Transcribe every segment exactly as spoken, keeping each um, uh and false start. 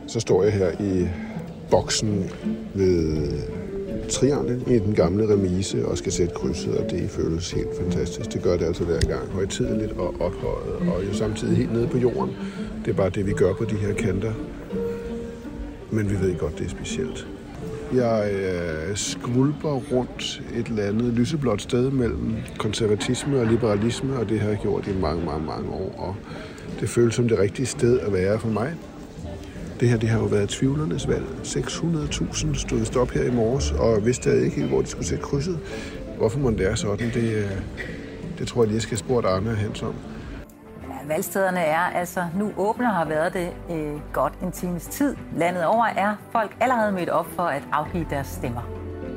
Så står jeg her i boksen ved trianglen i den gamle remise og skal sætte krydset, og det føles helt fantastisk. Det gør det altså hver gang. Højtideligt og ophøjet, og jo samtidig helt nede på jorden. Det er bare det, vi gør på de her kanter. Men vi ved godt, det er specielt. Jeg øh, skvulper rundt et eller andet lyseblåt sted mellem konservatisme og liberalisme, og det har jeg gjort i mange, mange, mange år. Og det føles som det rigtige sted at være for mig. Det her det har jo været tvivlernes valg. seks hundrede tusind stod stop her i morges, og vidste stadig ikke helt, hvor de skulle sætte krydset. Hvorfor må det er sådan, det, det tror jeg lige, jeg skal spørge Arne og Hans om. Ja, valgstederne er altså nu åbne og har været det øh, godt en times tid. Landet over er folk allerede mødt op for at afgive deres stemmer.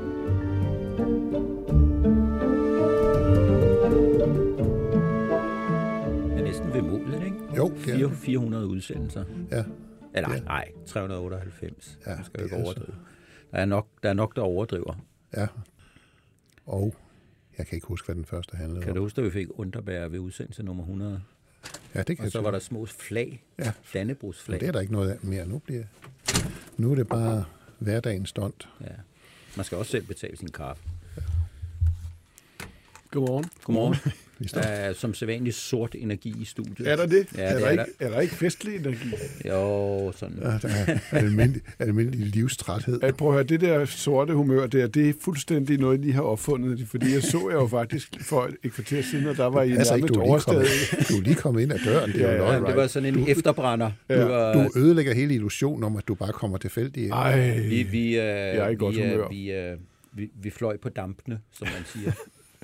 Det er næsten ved målet, ikke? Jo, det er fire hundrede udsendelser. Ja. Eller nej, Ja. nej, tre hundrede og otteoghalvfems. Ja, Jeg skal jo det ikke er overdrive. Der er, nok, der er nok, der overdriver. Ja. Og jeg kan ikke huske, hvad den første handlede Kan om. du huske, at vi fik underbær ved udsendelse nummer hundrede? Ja, det kan Og jeg så tyde. var der små flag. Ja. Dannebrogsflag. Men det er der ikke noget af mere. Nu, bliver... nu er det bare hverdagens stunt. Ja. Man skal også selv betale sin kaffe. Godmorgen. Godmorgen. Vi Der er som sædvanligt sort energi i studiet. Er der det? Ja, er, det der er ikke, der. er der ikke festlig energi? Jo, sådan. Ja, der er almindelig, almindelig livstræthed. At prøve at høre, det der sorte humør der, det er fuldstændig noget, de har opfundet. Fordi jeg så jeg jo faktisk for et kvarter siden, og der var I Altså ikke, nærmest du er, lige kommet, overstadig. du er lige kommet ind ad døren. Det er Ja, jo ja, løgn, Det var sådan en efterbrænder. Ja. Du, var, Du ødelægger hele illusionen om, at du bare kommer tilfældig ind. Ej, vi, vi, uh, jeg er i godt vi, humør. uh, vi, uh, vi, vi fløj på dampene, som man siger.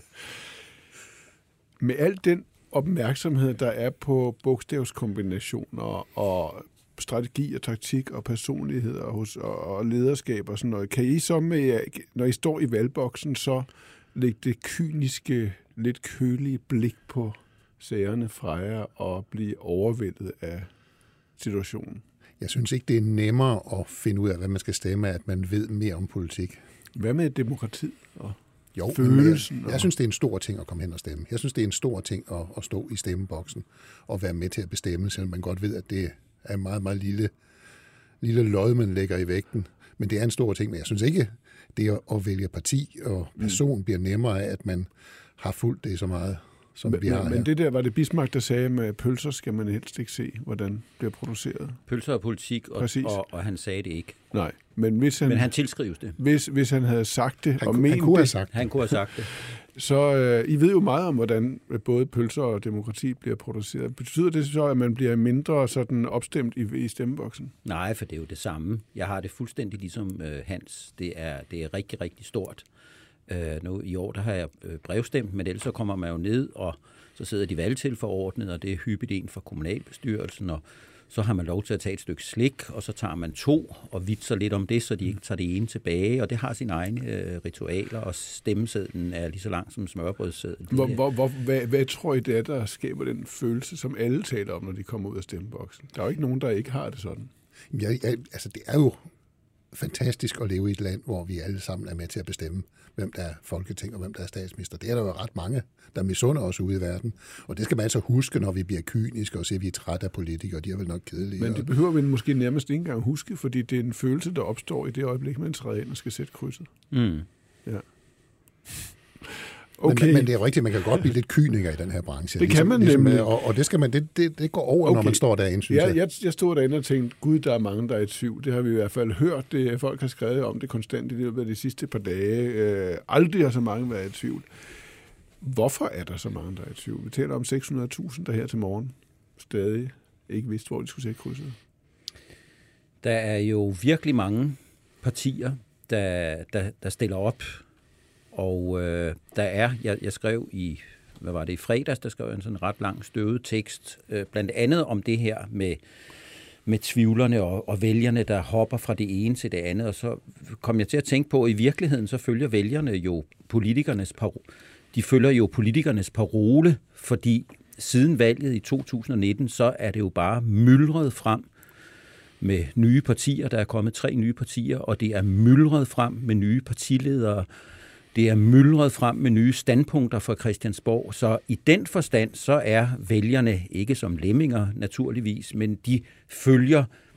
med al den opmærksomhed, der er på bogstavskombinationer og strategi og taktik og personligheder hos, og lederskab og sådan noget, kan I så med, når I står i valgboksen, så lægge det kyniske, lidt kølige blik på sagerne fra jer og blive overvældet af situationen? Jeg synes ikke, det er nemmere at finde ud af, hvad man skal stemme af, at man ved mere om politik. Hvad med demokratiet og Jo, følelsen? jeg, jeg synes, det er en stor ting at komme hen og stemme. Jeg synes, det er en stor ting at, at stå i stemmeboksen og være med til at bestemme, selvom man godt ved, at det er en meget, meget lille, lille lod, man lægger i vægten. Men det er en stor ting, men jeg synes ikke, det at, at vælge parti og person bliver nemmere af, at man har fulgt det så meget, som men, vi har men, her. men det der var det Bismarck, der sagde, med pølser skal man helst ikke se, hvordan det bliver produceret. Pølser og politik, og, og, og han sagde det ikke. Nej, men hvis han, men han tilskrives det. Hvis, hvis han havde sagt det, han, og han ment kunne det, have sagt det. Han kunne have sagt det. Så øh, I ved jo meget om, hvordan både pølser og demokrati bliver produceret. Betyder det så, at man bliver mindre sådan opstemt i, i stemmeboksen? Nej, for det er jo det samme. Jeg har det fuldstændig ligesom øh, Hans. Det er, det er rigtig, rigtig stort. Øh, nu i år, der har jeg øh, brevstemt, men ellers så kommer man jo ned, og så sidder de valgtilforordnede, og det er hyppigt en fra kommunalbestyrelsen, og så har man lov til at tage et stykke slik, og så tager man to og vitser lidt om det, så de ikke tager det ene tilbage, og det har sine egne øh, ritualer, og stemmesedlen er lige så lang som smørbrødssedlen. Hvor, hvor, hvor, hvad, hvad tror I det er, der skaber den følelse, som alle taler om, når de kommer ud af stemmeboksen? Der er jo ikke nogen, der ikke har det sådan. Jeg, jeg, altså, det er jo fantastisk at leve i et land, hvor vi alle sammen er med til at bestemme, hvem der er folketing og hvem der er statsminister. Det er der jo ret mange, der misunder os ude i verden. Og det skal man altså huske, når vi bliver kyniske og siger, at vi er trætte af politikere. De er vel nok kedelige. Men det behøver vi måske nærmest ikke engang huske, fordi det er en følelse, der opstår i det øjeblik, man træder ind og skal sætte krydset. Mm. Ja. Okay. Men, men det er rigtigt, man kan godt blive lidt kyniker i den her branche. Det kan man ligesom, nemlig. Og, og det, skal man, det, det, det går over, okay. Når man står derinde, synes ja, jeg. jeg. Jeg stod derinde og tænkte, gud, der er mange, der er i tvivl. Det har vi i hvert fald hørt. Det, folk har skrevet om det konstant i løbet af de sidste par dage. Øh, aldrig har så mange været i tvivl. Hvorfor er der så mange, der er i tvivl? Vi taler om seks hundrede tusind, der her til morgen stadig ikke vidste, hvor de skulle sætte krydset. Der er jo virkelig mange partier, der, der, der stiller op. Og øh, der er, jeg, jeg skrev i, hvad var det, i fredags, der skrev jeg en sådan ret lang støvet tekst, øh, blandt andet om det her med, med tvivlerne og, og vælgerne, der hopper fra det ene til det andet. Og så kom jeg til at tænke på, at i virkeligheden så følger vælgerne jo politikernes parole. De følger jo politikernes parole, fordi siden valget i to tusind nitten, så er det jo bare myldret frem med nye partier. Der er kommet tre nye partier, og det er myldret frem med nye partiledere. Det er myldret frem med nye standpunkter fra Christiansborg, så i den forstand, så er vælgerne ikke som lemminger naturligvis, men de følger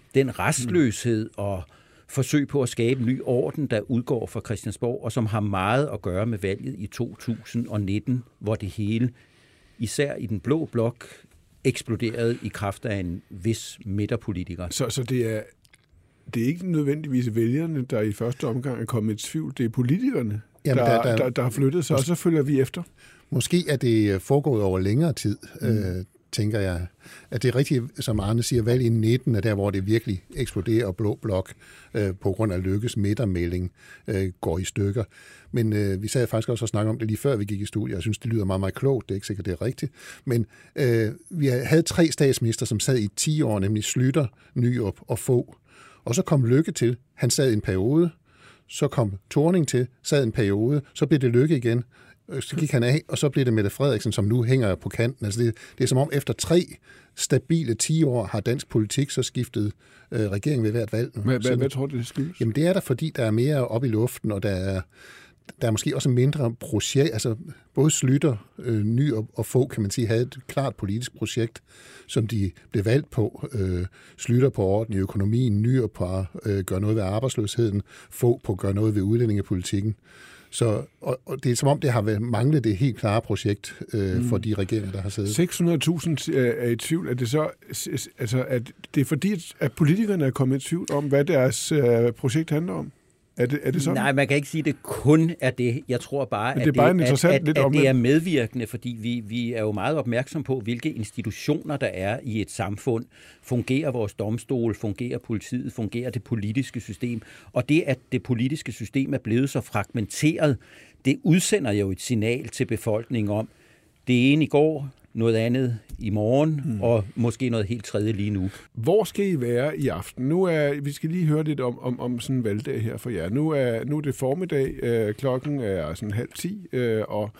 den restløshed og forsøg på at skabe en ny orden, der udgår fra Christiansborg, og som har meget at gøre med valget i to tusind og nitten, hvor det hele, især i den blå blok, eksploderede i kraft af en vis midterpolitiker. Så, så det er det er ikke nødvendigvis vælgerne, der i første omgang er kommet i tvivl. Det er politikerne, Jamen, der, der, der, der har flyttet sig, og så følger vi efter. Måske er det foregået over længere tid, mm. øh, tænker jeg. At det er rigtigt, som Arne siger, valg i nitten er der, hvor det virkelig eksploderer, og blå blok øh, på grund af Lykkes midtermelding øh, går i stykker. Men øh, vi sad faktisk også og snakkede om det lige før vi gik i studiet. Jeg synes, det lyder meget, meget klogt. Det er ikke sikkert, det er rigtigt. Men øh, vi havde tre statsminister, som sad i ti år, nemlig Schlüter, Nyrup og Fogh. Og så kom Lykke til. Han sad i en periode. Så kom Thorning til, sad en periode. Så blev det Lykke igen. Så gik han af, og så blev det Mette Frederiksen, som nu hænger på kanten. Altså det, det er som om, efter tre stabile ti år har dansk politik så skiftet øh, regeringen ved hvert valg. Hvad, hvad, hvad tror du, det skyldes? Jamen det er der, fordi der er mere op i luften, og der er, der er måske også mindre projekt. Altså både Schlüter, øh, Ny og, og Fogh, kan man sige, havde et klart politisk projekt, som de blev valgt på. Øh, Schlüter på orden i økonomien, Ny på at øh, gøre noget ved arbejdsløsheden, Fogh på at gøre noget ved udlændingepolitikken. Så, og, og det er som om, det har manglet det helt klare projekt øh, mm. for de regeringer, der har siddet. seks hundrede tusind er i tvivl. Er det så, altså, at det er fordi, at politikerne er kommet i tvivl om, hvad deres øh, projekt handler om? Er det, er det sådan? Nej, man kan ikke sige, at det kun er det. Jeg tror bare, det er at, bare det, at, at, lidt at det er medvirkende, fordi vi, vi er jo meget opmærksom på, hvilke institutioner der er i et samfund. Fungerer vores domstol, fungerer politiet, fungerer det politiske system. Og det, at det politiske system er blevet så fragmenteret, det udsender jo et signal til befolkningen om, det ene i går, noget andet i morgen, hmm. og måske noget helt tredje lige nu. Hvor skal I være i aften? Nu er, vi skal lige høre lidt om, om, om sådan en valgdag her for jer. Nu er, nu er det formiddag, øh, klokken er sådan halv ti, øh, og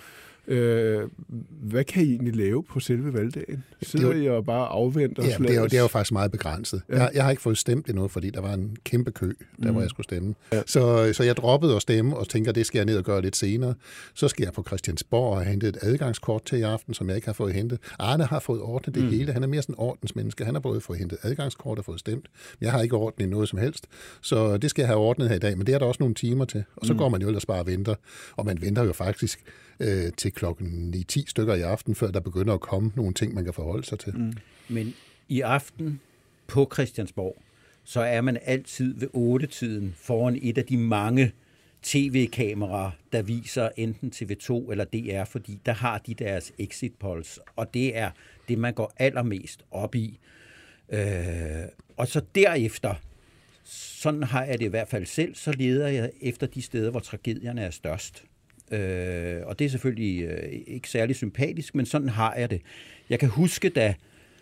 øh, hvad kan I egentlig lave på selve valgdagen? Sidder I og bare afventer? Ja, det er, jo, det er jo faktisk meget begrænset. Ja. Jeg, jeg har ikke fået stemt endnu, fordi der var en kæmpe kø, der mm. hvor jeg skulle stemme. Ja. Så, så jeg droppede at stemme og tænker, det skal jeg ned og gøre lidt senere. Så skal jeg på Christiansborg og have hentet et adgangskort til i aften, som jeg ikke har fået hentet. Arne har fået ordnet det mm. hele. Han er mere sådan en ordensmenneske. Han har både fået hentet adgangskort og fået stemt. Men jeg har ikke ordnet noget som helst. Så det skal jeg have ordnet her i dag. Men det er der også nogle timer til. Og så mm. går man jo ellers bare og venter. Og man venter jo faktisk øh, til klokken ni ti stykker i aften, før der begynder at komme nogle ting, man kan forholde sig til. Mm. Men i aften på Christiansborg, så er man altid ved otte-tiden foran et af de mange tv-kameraer, der viser enten T V to eller D R, fordi der har de deres exit polls, og det er det, man går allermest op i. Øh, og så derefter, sådan har jeg det i hvert fald selv, så leder jeg efter de steder, hvor tragedierne er størst. Øh, og det er selvfølgelig øh, ikke særlig sympatisk, men sådan har jeg det. Jeg kan huske, da,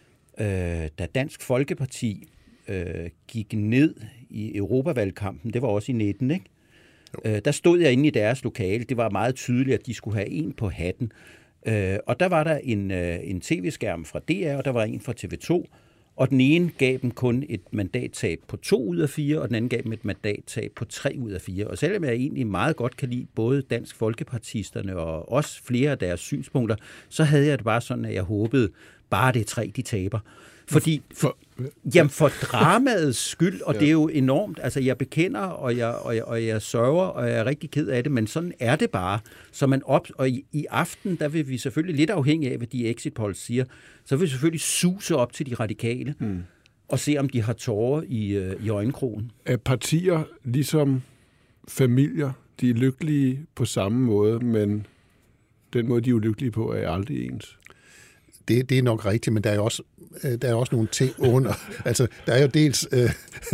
øh, da Dansk Folkeparti øh, gik ned i Europavalgkampen, det var også i nitten, ikke? Øh, der stod jeg inde i deres lokale. Det var meget tydeligt, at de skulle have en på hatten. Øh, og der var der en, øh, en tv-skærm fra D R, og der var en fra T V to. Og den ene gav dem kun et mandattab på to ud af fire, og den anden gav dem et mandattab på tre ud af fire. Og selvom jeg egentlig meget godt kan lide både Dansk Folkepartisterne og også flere af deres synspunkter, så havde jeg det bare sådan, at jeg håbede, bare det er tre, de taber. Fordi, for, jamen for dramaets skyld, og ja. Det er jo enormt, altså jeg bekender, og jeg, og, jeg, og jeg sørger, og jeg er rigtig ked af det, men sådan er det bare. Så man op, og i, i aften, der vil vi selvfølgelig lidt afhængig af, hvad de exit polls siger, så vil vi selvfølgelig suse op til de radikale, hmm. og se, om de har tårer i, i øjenkrogen. Er partier ligesom familier, de er lykkelige på samme måde, men den måde, de er ulykkelige på, er aldrig ens? Det, det er nok rigtigt, men der er jo også, der er også nogle ting under. Altså, der er jo dels... Øh,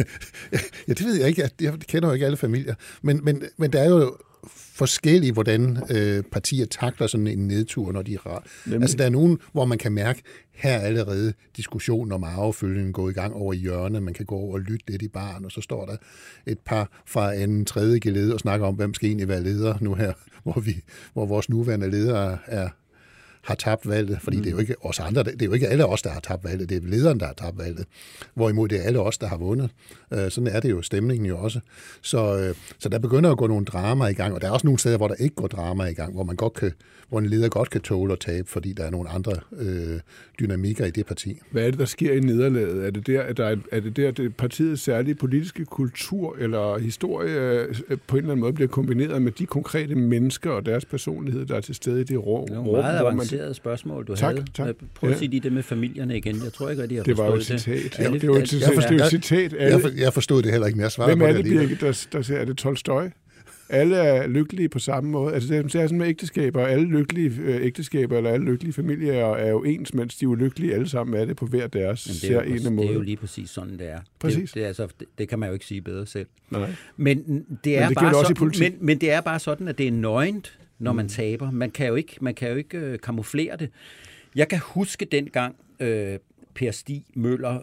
ja, det ved jeg ikke. Jeg kender jo ikke alle familier. Men, men, men der er jo forskellige, hvordan øh, partier takler sådan en nedtur, når de er rar. Altså, der er nogen, hvor man kan mærke, her er allerede diskussionen om arvefølgen gået i gang over i hjørnet. Man kan gå over og lytte lidt i baren, og så står der et par fra anden tredje gelede og snakker om, hvem skal egentlig være leder nu her, hvor, vi, hvor vores nuværende ledere er har tabt valget, fordi mm. det er jo ikke os andre, det er jo ikke alle os, der har tabt valget, det er lederen, der har tabt valget, hvorimod det er alle os, der har vundet. Øh, sådan er det jo, stemningen jo også. Så, øh, så der begynder at gå nogle drama i gang, og der er også nogle steder, hvor der ikke går drama i gang, hvor man godt kan, hvor en leder godt kan tåle at tabe, fordi der er nogle andre øh, dynamikker i det parti. Hvad er det, der sker i nederlaget? Er det der, at der er, er det der, det partiets særlige politiske kultur eller historie på en eller anden måde bliver kombineret med de konkrete mennesker og deres personlighed, der er til stede i det rum? Det er nogle meget avancerede man... spørgsmål, du tak, havde. Tak. Prøv at ja. sige lige det med familierne igen. Jeg tror ikke, at de har det var forstået jo et citat. det. Ja, det var et citat. Jeg, jeg, citat. Jeg, jeg forstod det heller ikke, men jeg svarede på det. Hvem er det, Birgit, der, der siger, er det Tolstoj? Alle er lykkelige på samme måde. Altså det er sådan med ægteskaber. Alle lykkelige ægteskaber eller alle lykkelige familier er jo ens, mens de er ulykkelige alle sammen er det på hver deres særlige måde. Det er jo lige præcis sådan, det er. Præcis. Det, det, er altså, det, det kan man jo ikke sige bedre selv. Nej. Men det er men det bare sådan, men, men det er bare sådan, at det er nøgent, når mm. man taber. Man kan jo ikke, man kan jo ikke øh, kamuflere det. Jeg kan huske dengang øh, Per Stig Møller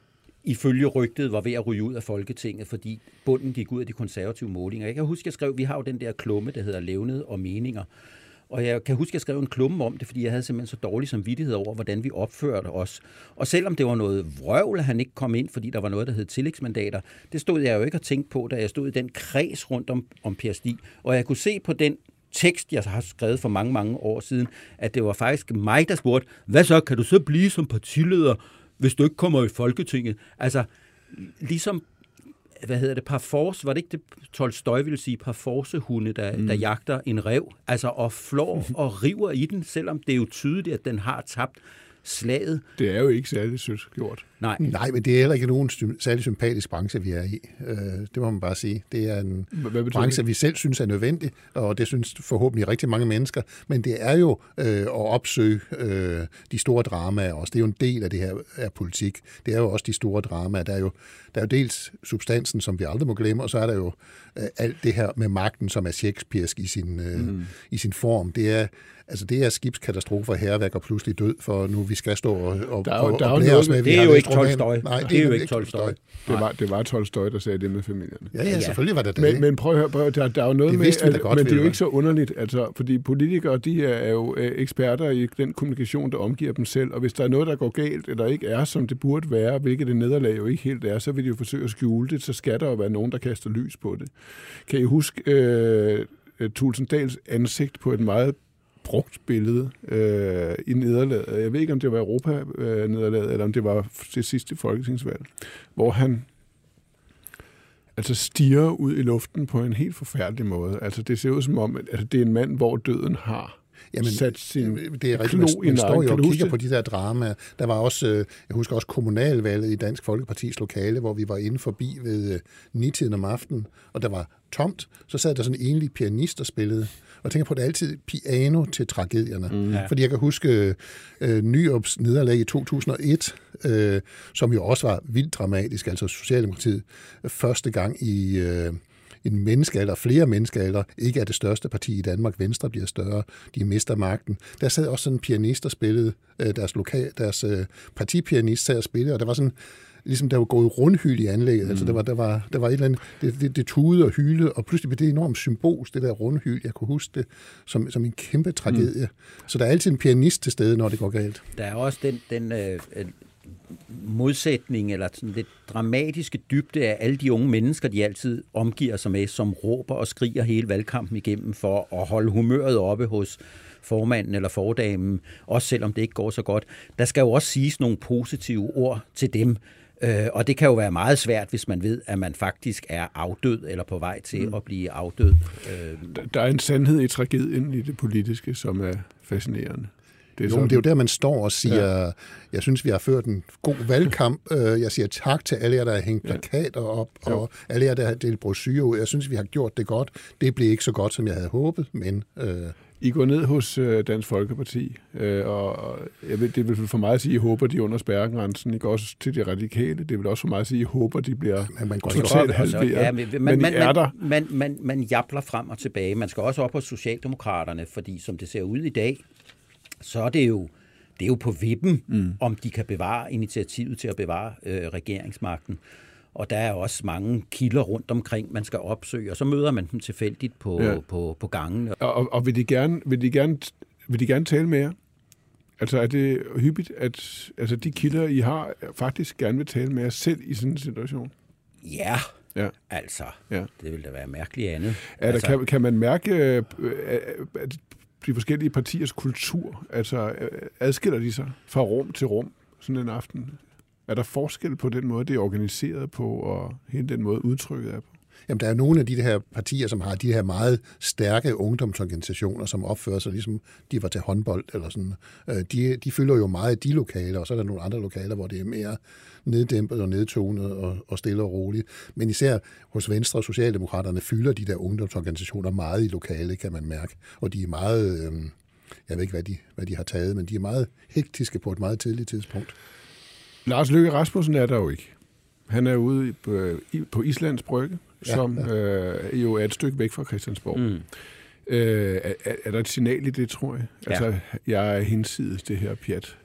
ifølge rygtet var ved at ryge ud af Folketinget, fordi bunden gik ud af de konservative målinger. Jeg kan huske, jeg skrev, vi har jo den der klumme, der hedder Levned og meninger. Og jeg kan huske, jeg skrev en klumme om det, fordi jeg havde simpelthen så dårlig samvittighed over, hvordan vi opførte os. Og selvom det var noget vrøvl, at han ikke kom ind, fordi der var noget, der hed tillægsmandater, det stod jeg jo ikke og tænkte på, da jeg stod i den kreds rundt om, om Per Stig. Og jeg kunne se på den tekst, jeg har skrevet for mange, mange år siden, at det var faktisk mig, der spurgte, hvad så, kan du så blive som partileder, hvis du ikke kommer i Folketinget? Altså, ligesom, hvad hedder det, parforce, var det ikke det, Tolstoj ville sige, parforcehunde, der, mm. der jagter en ræv, altså og flår og river i den, selvom det er jo tydeligt, at den har tabt slaget. Det er jo ikke særlig sødt gjort. Nej. Nej, men det er heller ikke nogen særlig sympatisk branche, vi er i. Det må man bare sige. Det er en branche, det? vi selv synes er nødvendig, og det synes forhåbentlig rigtig mange mennesker. Men det er jo øh, at opsøge øh, de store dramaer også. Det er jo en del af det her af politik. Det er jo også de store dramaer. Der er jo, der er jo dels substansen, som vi aldrig må glemme, og så er der jo øh, alt det her med magten, som er shakespearsk i sin, øh, mm. i sin form. Det er Altså det er skibskatastrofer, hærværk og pludselig død, for nu vi skal stå og, og, der er, og, der og blære os med. Det er jo ikke Tolstoj. Nej, det, det er jo ikke Tolstoj. Det var, det var Tolstoj, der sagde det med familierne. Ja, ja, selvfølgelig var det det. Men, men prøv at høre, prøv, der, der er jo noget det med, at, godt, men det er jo ikke så underligt, altså, fordi politikere, de er jo eksperter i den kommunikation, der omgiver dem selv, og hvis der er noget, der går galt, eller ikke er, som det burde være, hvilket det nederlag jo ikke helt er, så vil de jo forsøge at skjule det, så skal der jo være nogen, der kaster lys på det. Kan I huske øh, Tulsendals ansigt på et meget brugt billede øh, i nederlaget. Jeg ved ikke, om det var Europa-nederlaget, eller om det var det sidste folketingsvalg, hvor han altså stiger ud i luften på en helt forfærdelig måde. Altså det ser ud som om, at altså, det er en mand, hvor døden har Jamen, sat sin det er rigtigt, man, man står jo og kigger på de der dramaer. Der var også, jeg husker også kommunalvalget i Dansk Folkepartis lokale, hvor vi var inde forbi ved ni-tiden om aftenen, og der var tomt. Så sad der sådan en enlig pianist og spillede. Og jeg tænker på, at det er altid piano til tragedierne. Mm. Ja. Fordi jeg kan huske øh, Nyrups nederlag i to tusind og et, øh, som jo også var vildt dramatisk, altså Socialdemokratiet første gang i øh, en menneskealder, flere menneskealder, ikke er det største parti i Danmark, Venstre bliver større, de mister magten. Der sad også sådan en pianist, der spillede, øh, deres, lokal, deres øh, partipianist sad og spillede, og der var sådan ligesom der var gået rundhyl i anlægget. Mm. Altså der var, der var, der var et eller andet, det, det, det tudede og hylede, og pludselig blev det enormt symbolsk, det der rundhyl. Jeg kunne huske det som, som en kæmpe tragedie. Mm. Så der er altid en pianist til stede, når det går galt. Der er også den, den øh, modsætning, eller sådan det dramatiske dybde af alle de unge mennesker, de altid omgiver sig med, som råber og skriger hele valgkampen igennem for at holde humøret oppe hos formanden eller fordamen, også selvom det ikke går så godt. Der skal jo også siges nogle positive ord til dem, øh, og det kan jo være meget svært, hvis man ved, at man faktisk er afdød eller på vej til mm. at blive afdød. Øh. Der er en sandhed i tragedien i det politiske, som er fascinerende. Det er, jo, det er jo der, man står og siger, ja. Jeg synes, vi har ført en god valgkamp. Jeg siger tak til alle jer, der har hængt plakater op, og jo. alle jer, der har delt brochurer ud. Jeg synes, vi har gjort det godt. Det blev ikke så godt, som jeg havde håbet, men... Øh... I går ned hos øh, Dansk Folkeparti, øh, og jeg ved, det vil for mig at sige, at I håber, de er under spærregrænsen. I går også til de radikale. Det vil også for mig at sige, at I håber, de bliver ja, man totalt halveret. Ja, men, men, men I er man, der. Man, man, man jabler frem og tilbage. Man skal også op hos Socialdemokraterne, fordi som det ser ud i dag, så er det jo, det er jo på vippen, mm. om de kan bevare initiativet til at bevare øh, regeringsmagten. Og der er også mange kilder rundt omkring, man skal opsøge, og så møder man dem tilfældigt på, ja. på, på gangen. Og, og vil, de gerne, vil, de gerne, vil de gerne tale med jer? Altså er det hyppigt, at altså, de kilder, I har, faktisk gerne vil tale med jer selv i sådan en situation? Ja, ja. altså. Ja. Det ville da være mærkeligt andet. Er altså, der, kan, kan man mærke øh, at de forskellige partiers kultur? Altså adskiller de sig fra rum til rum sådan en aften? Er der forskel på den måde, det er organiseret på, og hele den måde udtrykket er på? Jamen, der er nogle af de her partier, som har de her meget stærke ungdomsorganisationer, som opfører sig ligesom de var til håndbold eller sådan. De, de fylder jo meget i de lokaler, og så er der nogle andre lokaler, hvor det er mere neddæmpet og nedtonet og, og stille og roligt. Men især hos Venstre og Socialdemokraterne fylder de der ungdomsorganisationer meget i lokale, kan man mærke. Og de er meget, øh, jeg ved ikke, hvad de, hvad de har taget, men de er meget hektiske på et meget tidligt tidspunkt. Lars Løkke Rasmussen er der jo ikke. Han er ude på, på Islands Brygge, ja, som ja. Øh, jo er et stykke væk fra Christiansborg. Mm. Øh, er, er der et signal i det, tror jeg? Ja. Altså, jeg er hinsides det her pjat.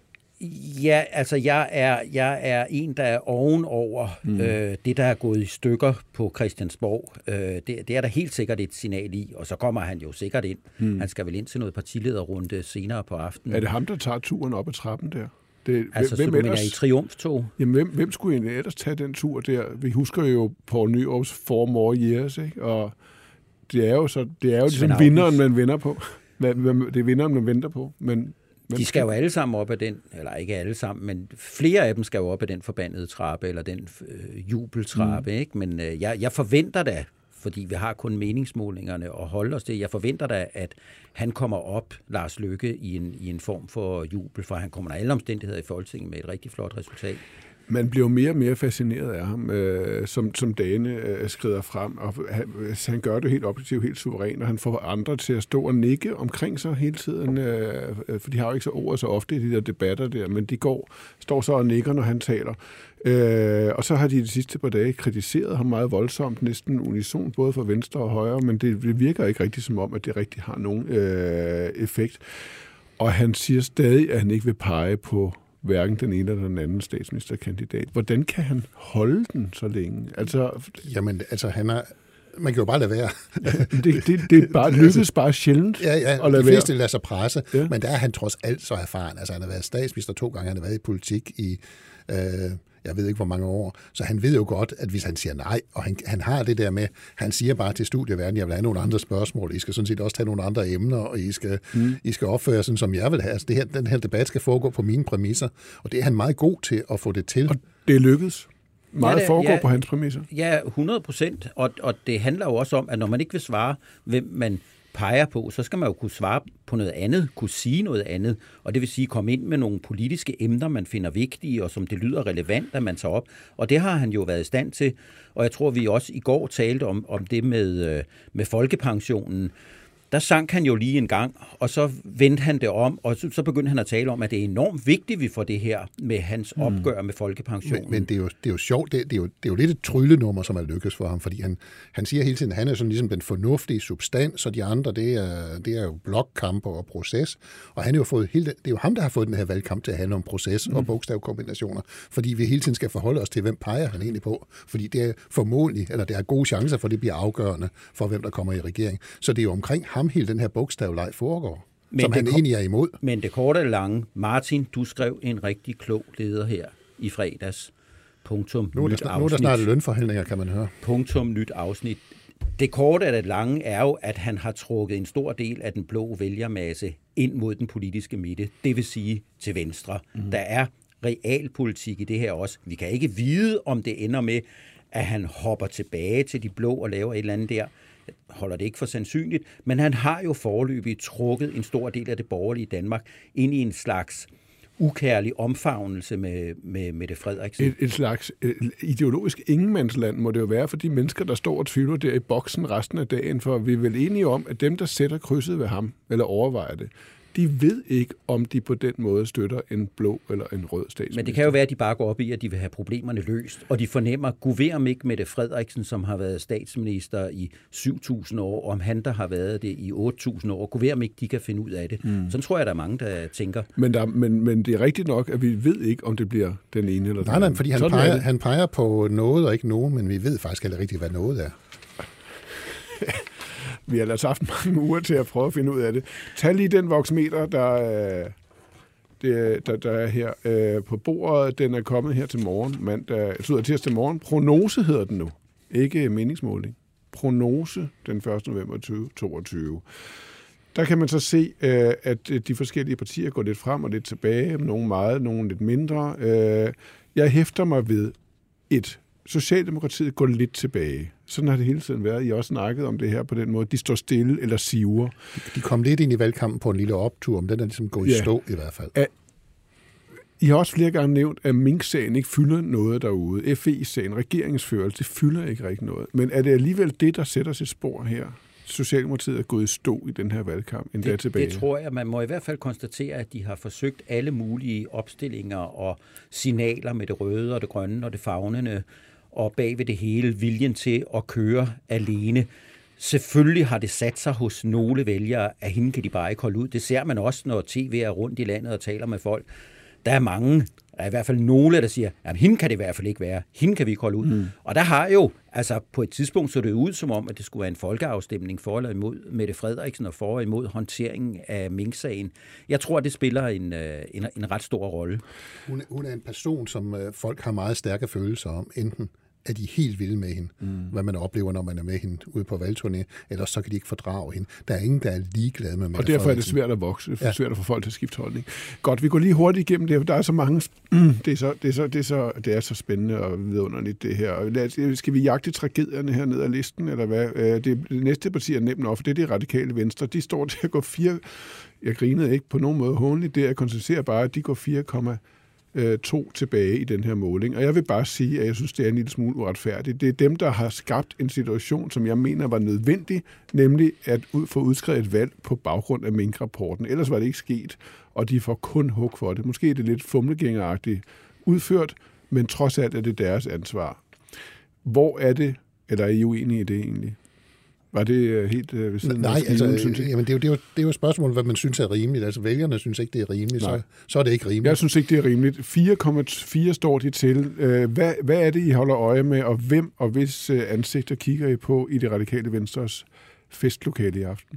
Ja, altså jeg er, jeg er en, der er ovenover mm. øh, det, der er gået i stykker på Christiansborg. Øh, det, det er der helt sikkert et signal i, og så kommer han jo sikkert ind. Mm. Han skal vel ind til noget partilederrunde senere på aftenen. Er det ham, der tager turen op ad trappen der? Det, altså, hvem så du ellers, mener i triumftog? Jamen, hvem, hvem skulle egentlig ellers tage den tur der? Vi husker jo Poul Nyrups Four More Years, ikke? Og det er jo, så, det er jo ligesom vinderen, man vinder på. Det er vinderen, man venter på. Men, de skal jo alle sammen op ad den, eller ikke alle sammen, men flere af dem skal jo op ad den forbandede trappe, eller den øh, jubeltrappe, mm. ikke? Men øh, jeg, jeg forventer da, fordi vi har kun meningsmålingerne og holde os til. Jeg forventer da, at han kommer op, Lars Løkke, i en, i en form for jubel, for han kommer af alle omstændigheder i Folketinget med et rigtig flot resultat. Man bliver mere og mere fascineret af ham, øh, som, som dagene øh, skrider frem, og han, han gør det helt objektivt, helt suverænt, og han får andre til at stå og nikke omkring sig hele tiden, øh, for de har jo ikke så ord så ofte i de der debatter der, men de går, står så og nikker, når han taler. Øh, og så har de de sidste par dage kritiseret ham meget voldsomt, næsten unison, både fra venstre og højre, men det, det virker ikke rigtig som om, at det rigtig har nogen øh, effekt. Og han siger stadig, at han ikke vil pege på hverken den ene eller den anden statsministerkandidat. Hvordan kan han holde den så længe? Altså, Jamen, altså han er... Man kan jo bare lade være. det, det, det er bare lykkedes bare sjældent ja, ja, at lade de fleste lader sig presse, ja. Men der er han trods alt så erfaren. Altså, han har været statsminister to gange, han har været i politik i... Øh, jeg ved ikke, hvor mange år. Så han ved jo godt, at hvis han siger nej, og han, han har det der med, han siger bare til studieverden, jeg vil have nogle andre spørgsmål, I skal sådan set også tage nogle andre emner, og I skal, mm. I skal opføre sådan, som jeg vil have. Altså, det her, den her debat skal foregå på mine præmisser, og det er han meget god til at få det til. Og det er lykkedes. Meget ja, det, foregår ja, på hans præmisser. Ja, hundrede procent. Og, og det handler jo også om, at når man ikke vil svare, hvem man peger på, så skal man jo kunne svare på noget andet, kunne sige noget andet, og det vil sige komme ind med nogle politiske emner, man finder vigtige, og som det lyder relevant, at man tager op. Og det har han jo været i stand til, og jeg tror, vi også i går talte om, om det med, med folkepensionen. Der sank han jo lige en gang, og så vendte han det om, og så, så begyndte han at tale om, at det er enormt vigtigt, vi får det her med hans opgør med folkepensionen. Men, men det, er jo, det er jo sjovt, det, det, er jo, det er jo lidt et tryllenummer, som er lykkes for ham, fordi han, han siger hele tiden, at han er sådan ligesom den fornuftige substans, og de andre, det er, det er jo blokkamper og proces, og han er jo fået hele, det er jo ham, der har fået den her valgkamp til at handle om proces mm. og bogstavkombinationer, fordi vi hele tiden skal forholde os til, hvem peger han egentlig på, fordi det er formodentlig, eller det er gode chancer for, det bliver afgørende for, hvem der kommer i regering. Så det er jo omkring ham, hele den her bogstavleg foregår, men som han kom, egentlig er imod. Men det korte og lange, Martin, du skrev en rigtig klog leder her i fredags. Punktum nu, er nyt der, nu er der snart lønforhandlinger, kan man høre. Punktum nyt afsnit. Det korte og det lange er jo, at han har trukket en stor del af den blå vælgermasse ind mod den politiske midte, det vil sige til venstre. Mm. Der er realpolitik i det her også. Vi kan ikke vide, om det ender med, at han hopper tilbage til de blå og laver et eller andet der. Holder det ikke for sandsynligt, men han har jo foreløbig trukket en stor del af det borgerlige Danmark ind i en slags ukærlig omfavnelse med, med Mette Frederiksen. Et, et slags et ideologisk ingenmandsland må det jo være for de mennesker, der står og tvivler der i boksen resten af dagen, for vi er vel enige om, at dem, der sætter krydset ved ham, eller overvejer det, de ved ikke, om de på den måde støtter en blå eller en rød statsminister. Men det kan jo være, at de bare går op i, at de vil have problemerne løst, og de fornemmer, guvern ikke Mette Frederiksen, som har været statsminister i syv tusind år, om han, der har været det i otte tusind år, guvern ikke, de kan finde ud af det. Mm. Sådan tror jeg, der er mange, der tænker. Men, der, men, men det er rigtigt nok, at vi ved ikke, om det bliver den ene eller den nej, nej, fordi han peger, han peger på noget og ikke nogen, men vi ved faktisk heller rigtig, hvad noget er. Vi har altså haft mange uger til at prøve at finde ud af det. Tag lige den voksmeter, der, det, der, der er her øh, på bordet. Den er kommet her til morgen, mandag, altså tirsdag morgen. Prognose hedder den nu, ikke meningsmåling. Prognose den første november tyve toogtyve. Der kan man så se, øh, at de forskellige partier går lidt frem og lidt tilbage. Nogle meget, nogle lidt mindre. Øh, jeg hæfter mig ved et. Socialdemokratiet går lidt tilbage. Sådan har det hele tiden været. I har også snakket om det her på den måde. De står stille eller siver. De kom lidt ind i valgkampen på en lille optur, men den er ligesom gået ja. i stå i hvert fald. I har også flere gange nævnt, at Mink-sagen ikke fylder noget derude. F E-sagen, regeringsførelse, det fylder ikke rigtig noget. Men er det alligevel det, der sætter sit spor her? Socialdemokratiet er gået i stå i den her valgkamp endda det, tilbage. Det tror jeg. Man må i hvert fald konstatere, at de har forsøgt alle mulige opstillinger og signaler med det røde og det grønne og det farvende, og bag ved det hele viljen til at køre alene. Selvfølgelig har det sat sig hos nogle vælgere, at hende kan de bare ikke holde ud. Det ser man også, når tv er rundt i landet og taler med folk. Der er mange, der er i hvert fald nogle, der siger, at hende kan det i hvert fald ikke være. Hende kan vi ikke holde ud. Mm. Og der har jo, altså på et tidspunkt så det ud som om, at det skulle være en folkeafstemning for eller imod Mette Frederiksen og for og imod håndteringen af Mink-sagen. Jeg tror, det spiller en, en, en ret stor rolle. Hun er, hun er en person, som folk har meget stærke følelser om. Enten er de helt vilde med hende, mm. hvad man oplever, når man er med hende ude på valgturné, ellers så kan de ikke fordrage hende. Der er ingen, der er ligeglade med Mette Og derfor er det svært at vokse. Det er ja. svært at få folk til at skifte holdning. Godt, vi går lige hurtigt igennem det, for der er så mange... Det er så, det er så, det er så, det er så spændende og vidunderligt, det her. Skal vi jagte tragedierne her ned ad listen, eller hvad? Det, det næste parti er nemt nok, for det er det radikale Venstre. De står til at gå fire... Jeg grinede ikke på nogen måde håndligt. Det jeg konstaterer bare, at de går fire komma to tilbage i den her måling. Og jeg vil bare sige, at jeg synes, det er en lille smule uretfærdigt. Det er dem, der har skabt en situation, som jeg mener var nødvendig, nemlig at få udskrevet et valg på baggrund af Mink-rapporten. Ellers var det ikke sket, og de får kun hug for det. Måske er det lidt fumlegængeragtigt udført, men trods alt er det deres ansvar. Hvor er det, eller er I uenige i det egentlig? Var det helt øh, ved siden Nej, af altså, jamen, det, er jo, det, er jo, det er jo et spørgsmål, hvad man synes er rimeligt. Altså, vælgerne synes ikke, det er rimeligt, så, så er det ikke rimeligt. Jeg synes ikke, det er rimeligt. fire komma fire står de til. Hvad, hvad er det, I holder øje med, og hvem og hvis ansigter kigger I på i det radikale Venstres festlokale i aften?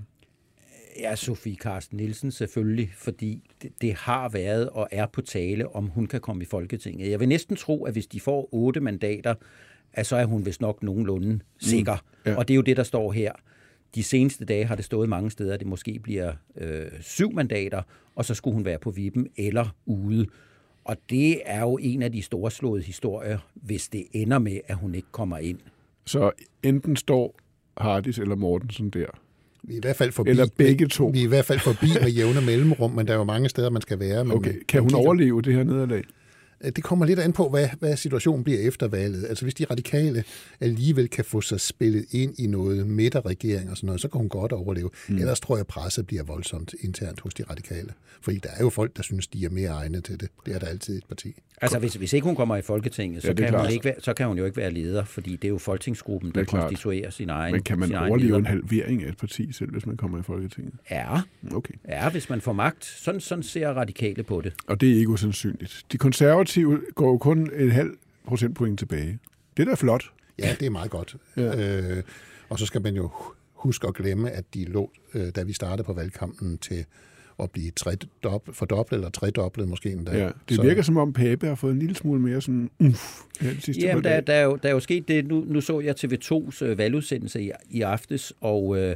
Ja, Sofie Carsten Nielsen selvfølgelig, fordi det, det har været og er på tale, om hun kan komme i Folketinget. Jeg vil næsten tro, at hvis de får otte mandater, at så er hun vist nok nogenlunde sikker. Mm, ja. Og det er jo det, der står her. De seneste dage har det stået mange steder, at det måske bliver øh, syv mandater, og så skulle hun være på vippen eller ude. Og det er jo en af de storslåede historier, hvis det ender med, at hun ikke kommer ind. Så enten står Hardis eller Mortensen der? Vi er i hvert fald forbi, eller begge to? Vi er i hvert fald forbi med jævne mellemrum, men der er jo mange steder, man skal være. Men okay. Kan hun kigger... overleve det her nederlag? Det kommer lidt an på, hvad, hvad situationen bliver efter valget. Altså hvis de radikale alligevel kan få sig spillet ind i noget midterregering og sådan noget, så kan hun godt overleve. Mm. Ellers tror jeg, at presset bliver voldsomt internt hos de radikale. Fordi der er jo folk, der synes, de er mere egnet til det. Det er der altid et parti. Altså hvis, hvis ikke hun kommer i Folketinget, så, ja, kan hun ikke være, så kan hun jo ikke være leder, fordi det er jo folketingsgruppen, der konstituerer sin egen. Men kan man overleve en halvering af et parti selv, hvis man kommer i Folketinget? Ja, okay. Ja, hvis man får magt. Sådan, sådan ser radikale på det. Og det er ikke usandsynligt. De konservative går jo kun en halv procentpoint tilbage. Det er da flot. Ja, det er meget godt. Ja. Øh, og så skal man jo huske at glemme, at de lå, øh, da vi startede på valgkampen, til at blive fordoblet eller tredoblet måske endda. Ja, det så... virker som om Pape har fået en lille smule mere sådan uff. Jamen, der, der, er jo, der er jo sket det. Nu, nu så jeg T V tos øh, valgudsendelse i, i aftes, og øh,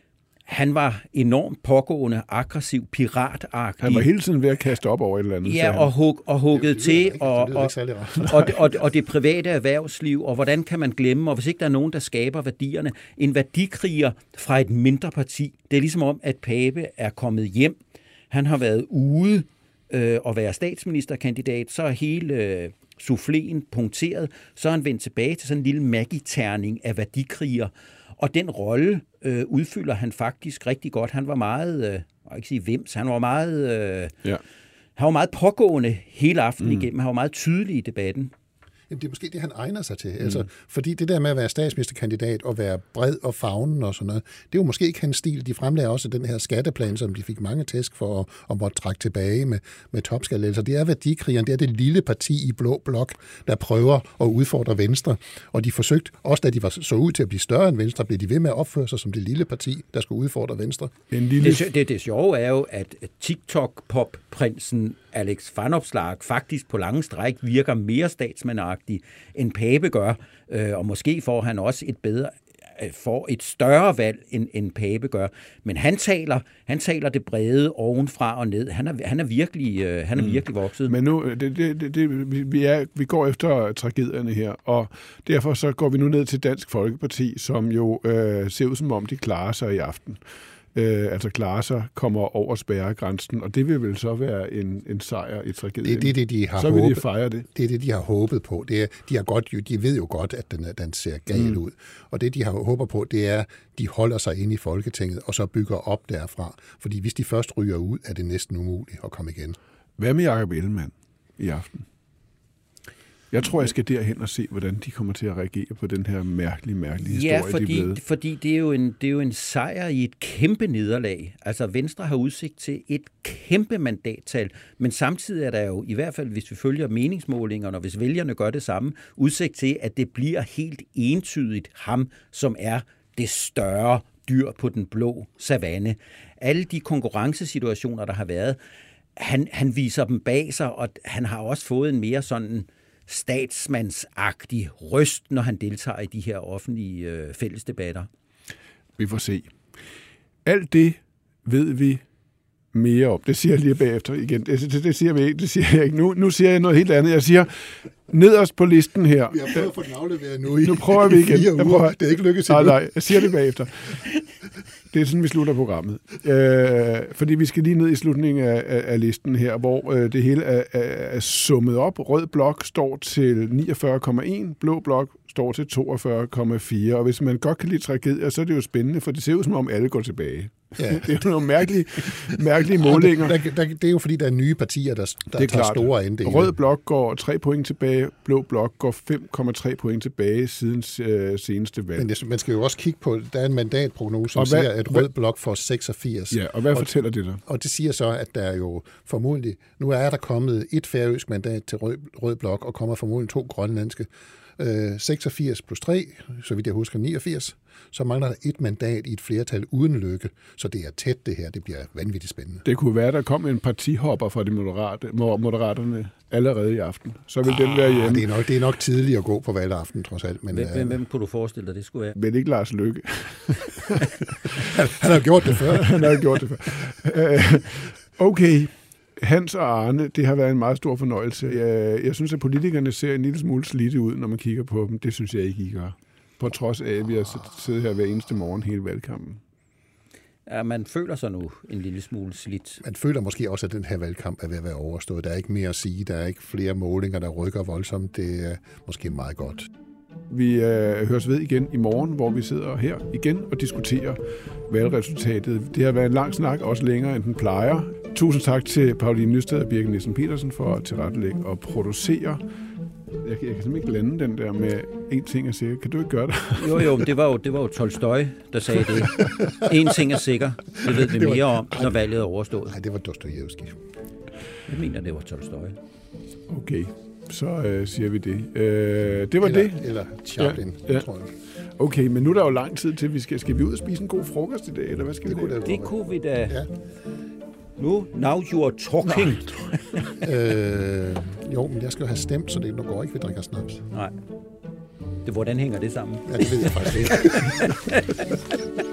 han var enormt pågående, aggressiv, piratagtig. Han var hele tiden ved at kaste op over et eller andet. Ja, og, hug, og hugget det, til, ikke, og, og, og, det, og, og det private erhvervsliv, og hvordan kan man glemme, og hvis ikke der er nogen, der skaber værdierne, en værdikriger fra et mindre parti. Det er ligesom om, at Pape er kommet hjem. Han har været ude øh, og være statsministerkandidat, så er hele øh, souffléen punkteret, så er han vendt tilbage til sådan en lille magiterning af værdikriger. Og den rolle øh, udfylder han faktisk rigtig godt. Han var meget, øh, jeg kan ikke sige vims, han var meget, øh, ja. han var meget pågående hele aftenen mm. igennem. Han var meget tydelig i debatten. Jamen, det er måske det, han egner sig til. Mm. Altså, fordi det der med at være statsministerkandidat og være bred og favnen og sådan noget, det er jo måske ikke hans stil. De fremlagde også den her skatteplan, som de fik mange tæsk for at, at måtte trække tilbage med, med topskattelettelser. Det er værdikrigeren, det er det lille parti i blå blok, der prøver at udfordre Venstre. Og de forsøgte, også da de var så ud til at blive større end Venstre, blev de ved med at opføre sig som det lille parti, der skulle udfordre Venstre. En lille... Det, det, det sjove er jo, at TikTok-pop-prinsen Alex Vanopslagh faktisk på lange stræk virker mere statsmandagtig end Pape gør, øh, og måske får han også et bedre får et større valg, end, end Pape gør. Men han taler, han taler det brede ovenfra og ned. Han er, han er, virkelig, øh, han er mm. virkelig vokset. Men nu, det, det, det, vi, er, vi går efter tragedierne her, og derfor så går vi nu ned til Dansk Folkeparti, som jo øh, ser ud som om, de klarer sig i aften. Øh, altså klarer sig, kommer over spærregrænsen, og det vil vel så være en, en sejr i tragedien. Det er det, de har så vil håbet, de fejre det. Det er det, de har håbet på. Det er, de, har godt, de ved jo godt, at den, den ser gal mm. ud. Og det, de har håbet på, det er, de holder sig inde i Folketinget, og så bygger op derfra. Fordi hvis de først ryger ud, er det næsten umuligt at komme igen. Hvad med Jakob Ellemann i aften? Jeg tror, jeg skal derhen og se, hvordan de kommer til at reagere på den her mærkelige, mærkelige historie, ja, fordi, de er blevet. fordi det er, jo en, det er jo en sejr i et kæmpe nederlag. Altså, Venstre har udsigt til et kæmpe mandattal, men samtidig er der jo, i hvert fald hvis vi følger meningsmålingerne, og hvis vælgerne gør det samme, udsigt til, at det bliver helt entydigt ham, som er det større dyr på den blå savanne. Alle de konkurrencesituationer, der har været, han, han viser dem bag sig, og han har også fået en mere sådan statsmandsagtig røst, når han deltager i de her offentlige øh, fællesdebatter. Vi får se. Alt det ved vi mere om. Det siger jeg lige bagefter igen. Det, det, det siger vi ikke. Det siger jeg ikke. Nu, nu siger jeg noget helt andet. Jeg siger, nederst på listen her. Vi har prøvet at få den afleveret nu i Nu prøver vi igen. Jeg prøver. Det er ikke lykkedes endnu. Nej, nej. Jeg siger det bagefter. Det er sådan, vi slutter programmet. Øh, fordi vi skal lige ned i slutningen af, af, af listen her, hvor øh, det hele er, er, er summet op. Rød blok står til niogfyrre komma en, blå blok står til toogfyrre komma fire. Og hvis man godt kan lide tragedier, så er det jo spændende, for det ser ud som om alle går tilbage. Ja. Det er jo nogle mærkelige, mærkelige målinger. Ja, der, der, det er jo fordi, der er nye partier, der, der tager klart. store andele. Rød blok går tre point tilbage, blå blok går fem komma tre point tilbage siden øh, seneste valg. Men det, man skal jo også kigge på, der er en mandatprognose, som hvad, siger, at rød blok får seksogfirs. Ja, og hvad og, fortæller det der? Og det siger så, at der er jo formodentlig, nu er der kommet et færøsk mandat til rød, rød blok, og kommer formodentlig to grønlandske. Øh, seksogfirs plus tre, så vidt jeg husker niogfirs, så mangler der et mandat i et flertal uden Løkke, så det er tæt det her, det bliver vanvittigt spændende. Det kunne være, der kom en partihopper fra de moderate, moderaterne allerede i aften, så vil ah, den være hjemme. Det er, nok, det er nok tidligt at gå på valgaften, trods alt. Men, hvem, hvem, hvem kunne du forestille dig, det skulle være? Men ikke Lars Løkke. han, han har gjort det før. han har gjort det før. Okay. Hans og Arne, det har været en meget stor fornøjelse. Jeg, jeg synes, at politikerne ser en lille smule slidte ud, når man kigger på dem. Det synes jeg ikke, I gør. På trods af, at vi har siddet her hver eneste morgen hele valgkampen. Ja, man føler sig nu en lille smule slidt. Man føler måske også, at den her valgkamp er ved at være overstået. Der er ikke mere at sige. Der er ikke flere målinger, der rykker voldsomt. Det er måske meget godt. Vi øh, høres ved igen i morgen, hvor vi sidder her igen og diskuterer valgresultatet. Det har været en lang snak, også længere end den plejer. Tusind tak til Pauline Nysted og Birgit Nielsen Petersen for at tilrettelægge og producere. Jeg, jeg kan simpelthen ikke lande den der med en ting er sikker. Kan du ikke gøre det? Jo, jo, det var jo, det var jo Tolstoj, der sagde det. En ting er sikker. Det ved vi mere om, når valget er overstået. Nej, det var Dostojevskij. Jeg mener, det var Tolstoj. Okay, så øh, siger vi det. Øh, det var eller, det. Eller Chaplin, ja, ja. tror jeg. Okay, men nu er der jo lang tid til, vi skal, skal vi ud og spise en god frokost i dag, eller hvad skal det vi kunne da? Det kunne vi da. Ja. Nu, now you are talking. øh, jo, men jeg skal jo have stemt, så det går ikke, vi drikker snaps. Nej. Det, hvordan hænger det sammen? Ja, det ved jeg faktisk ikke.